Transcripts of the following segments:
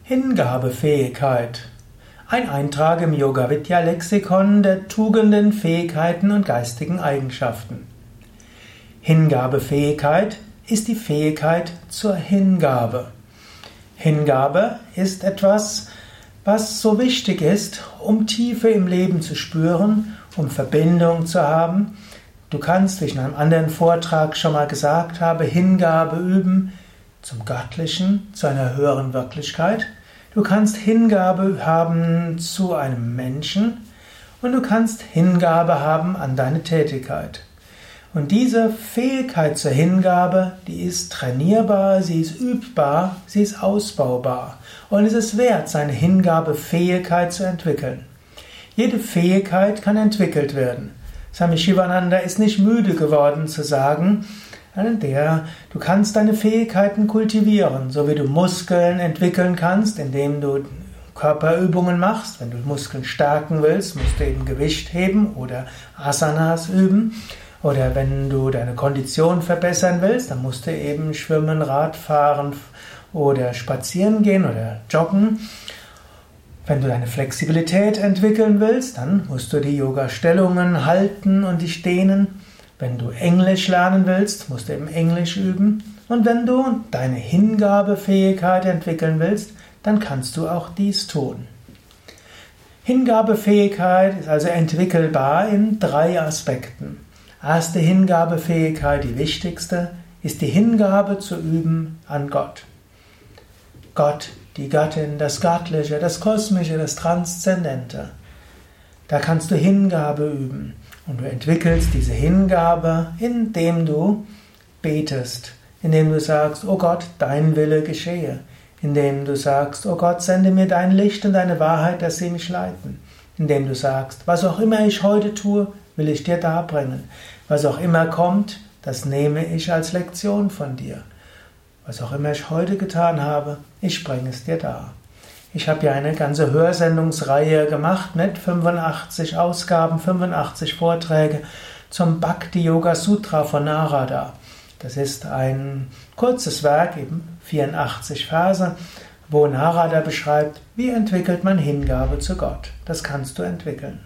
Hingabefähigkeit. Ein Eintrag im Yoga-Vidya-Lexikon der Tugenden, Fähigkeiten und geistigen Eigenschaften. Hingabefähigkeit ist die Fähigkeit zur Hingabe. Hingabe ist etwas, was so wichtig ist, um Tiefe im Leben zu spüren, um Verbindung zu haben. Du kannst, wie ich in einem anderen Vortrag schon mal gesagt habe, Hingabe üben zum Göttlichen, zu einer höheren Wirklichkeit. Du kannst Hingabe haben zu einem Menschen und du kannst Hingabe haben an deine Tätigkeit. Und diese Fähigkeit zur Hingabe, die ist trainierbar, sie ist übbar, sie ist ausbaubar. Und es ist wert, seine Hingabefähigkeit zu entwickeln. Jede Fähigkeit kann entwickelt werden. Swami Shivananda ist nicht müde geworden zu sagen, du kannst deine Fähigkeiten kultivieren, so wie du Muskeln entwickeln kannst, indem du Körperübungen machst. Wenn du Muskeln stärken willst, musst du eben Gewicht heben oder Asanas üben. Oder wenn du deine Kondition verbessern willst, dann musst du eben schwimmen, Radfahren oder spazieren gehen oder joggen. Wenn du deine Flexibilität entwickeln willst, dann musst du die Yoga-Stellungen halten und dich dehnen. Wenn du Englisch lernen willst, musst du eben Englisch üben. Und wenn du deine Hingabefähigkeit entwickeln willst, dann kannst du auch dies tun. Hingabefähigkeit ist also entwickelbar in 3 Aspekten. Erste Hingabefähigkeit, die wichtigste, ist die Hingabe zu üben an Gott. Gott, die Göttin, das Göttliche, das Kosmische, das Transzendente. Da kannst du Hingabe üben. Und du entwickelst diese Hingabe, indem du betest, indem du sagst, oh Gott, dein Wille geschehe, indem du sagst, oh Gott, sende mir dein Licht und deine Wahrheit, dass sie mich leiten, indem du sagst, was auch immer ich heute tue, will ich dir darbringen, was auch immer kommt, das nehme ich als Lektion von dir, was auch immer ich heute getan habe, ich bringe es dir dar. Ich habe ja eine ganze Hörsendungsreihe gemacht mit 85 Ausgaben, 85 Vorträge zum Bhakti Yoga Sutra von Narada. Das ist ein kurzes Werk, eben 84 Verse, wo Narada beschreibt, wie entwickelt man Hingabe zu Gott. Das kannst du entwickeln.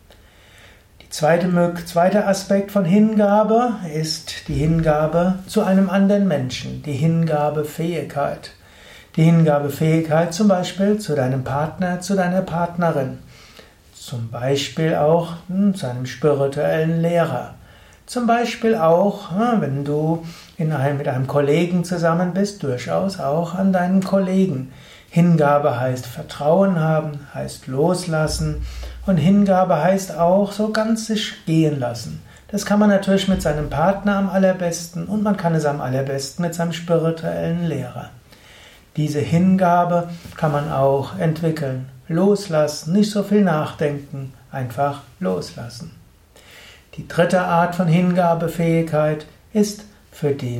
Der zweite Aspekt von Hingabe ist die Hingabe zu einem anderen Menschen, die Hingabefähigkeit. Die Hingabefähigkeit zum Beispiel zu deinem Partner, zu deiner Partnerin. Zum Beispiel auch zu einem spirituellen Lehrer. Zum Beispiel auch, wenn du mit einem Kollegen zusammen bist, durchaus auch an deinen Kollegen. Hingabe heißt Vertrauen haben, heißt loslassen. Und Hingabe heißt auch so ganz sich gehen lassen. Das kann man natürlich mit seinem Partner am allerbesten und man kann es am allerbesten mit seinem spirituellen Lehrer. Diese Hingabe kann man auch entwickeln. Loslassen, nicht so viel nachdenken, einfach loslassen. Die dritte Art von Hingabefähigkeit ist für die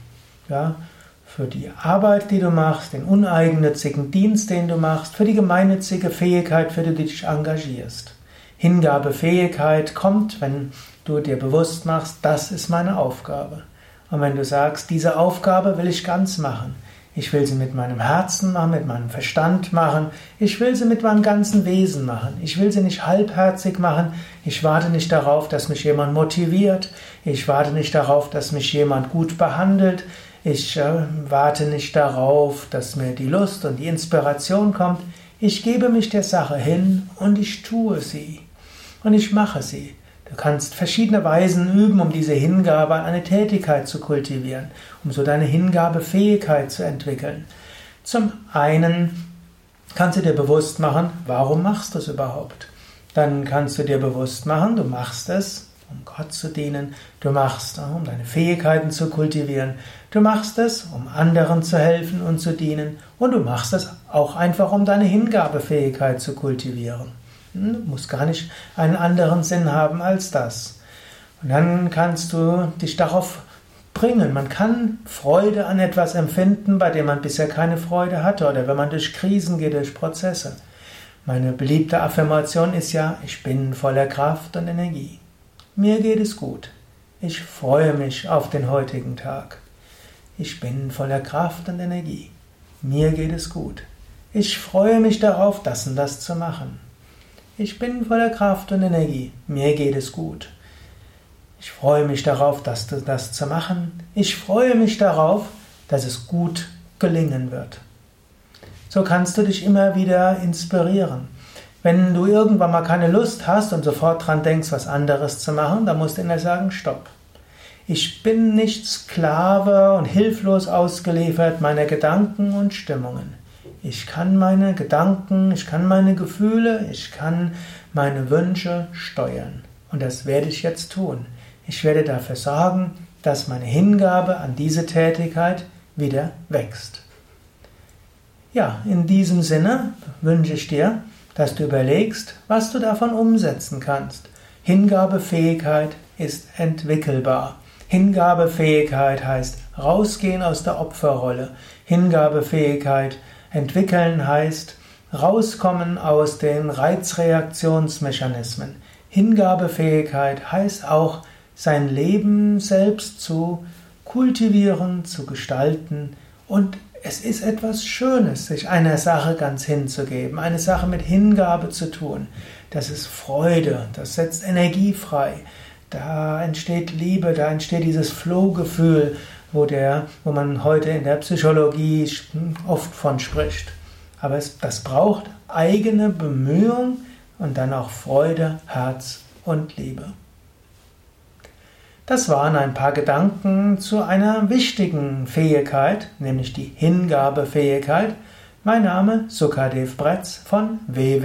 Arbeit, die du machst, den uneigennützigen Dienst, den du machst, für die gemeinnützige Fähigkeit, für die du dich engagierst. Hingabefähigkeit kommt, wenn du dir bewusst machst, das ist meine Aufgabe. Und wenn du sagst, diese Aufgabe will ich ganz machen, ich will sie mit meinem Herzen machen, mit meinem Verstand machen. Ich will sie mit meinem ganzen Wesen machen. Ich will sie nicht halbherzig machen. Ich warte nicht darauf, dass mich jemand motiviert. Ich warte nicht darauf, dass mich jemand gut behandelt. Ich warte nicht darauf, dass mir die Lust und die Inspiration kommt. Ich gebe mich der Sache hin und ich tue sie. Und ich mache sie. Du kannst verschiedene Weisen üben, um diese Hingabe an eine Tätigkeit zu kultivieren, um so deine Hingabefähigkeit zu entwickeln. Zum einen kannst du dir bewusst machen, warum machst du es überhaupt? Dann kannst du dir bewusst machen, du machst es, um Gott zu dienen, du machst es, um deine Fähigkeiten zu kultivieren, du machst es, um anderen zu helfen und zu dienen und du machst es auch einfach, um deine Hingabefähigkeit zu kultivieren. Muss gar nicht einen anderen Sinn haben als das. Und dann kannst du dich darauf bringen. Man kann Freude an etwas empfinden, bei dem man bisher keine Freude hatte, oder wenn man durch Krisen geht, durch Prozesse. Meine beliebte Affirmation ist ja, ich bin voller Kraft und Energie. Mir geht es gut. Ich freue mich auf den heutigen Tag. Ich bin voller Kraft und Energie. Mir geht es gut. Ich freue mich darauf, das und das zu machen. Ich bin voller Kraft und Energie. Mir geht es gut. Ich freue mich darauf, das zu machen. Ich freue mich darauf, dass es gut gelingen wird. So kannst du dich immer wieder inspirieren. Wenn du irgendwann mal keine Lust hast und sofort dran denkst, was anderes zu machen, dann musst du immer sagen, stopp. Ich bin nicht Sklave und hilflos ausgeliefert meiner Gedanken und Stimmungen. Ich kann meine Gedanken, ich kann meine Gefühle, ich kann meine Wünsche steuern. Und das werde ich jetzt tun. Ich werde dafür sorgen, dass meine Hingabe an diese Tätigkeit wieder wächst. Ja, in diesem Sinne wünsche ich dir, dass du überlegst, was du davon umsetzen kannst. Hingabefähigkeit ist entwickelbar. Hingabefähigkeit heißt rausgehen aus der Opferrolle. Hingabefähigkeit entwickeln heißt rauskommen aus den Reizreaktionsmechanismen. Hingabefähigkeit heißt auch, sein Leben selbst zu kultivieren, zu gestalten, und es ist etwas Schönes, sich einer Sache ganz hinzugeben, eine Sache mit Hingabe zu tun. Das ist Freude, das setzt Energie frei. Da entsteht Liebe, da entsteht dieses Flow-Gefühl, wo man heute in der Psychologie oft von spricht. Aber das braucht eigene Bemühung und dann auch Freude, Herz und Liebe. Das waren ein paar Gedanken zu einer wichtigen Fähigkeit, nämlich die Hingabefähigkeit. Mein Name Sukadev Bretz von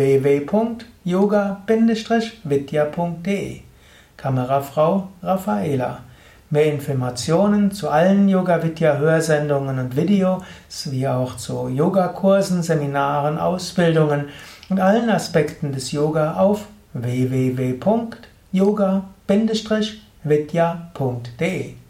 www.yoga-vidya.de. Kamerafrau Raffaela. Mehr Informationen zu allen Yoga Vidya Hörsendungen und Videos, wie auch zu Yogakursen, Seminaren, Ausbildungen und allen Aspekten des Yoga auf www.yoga-vidya.de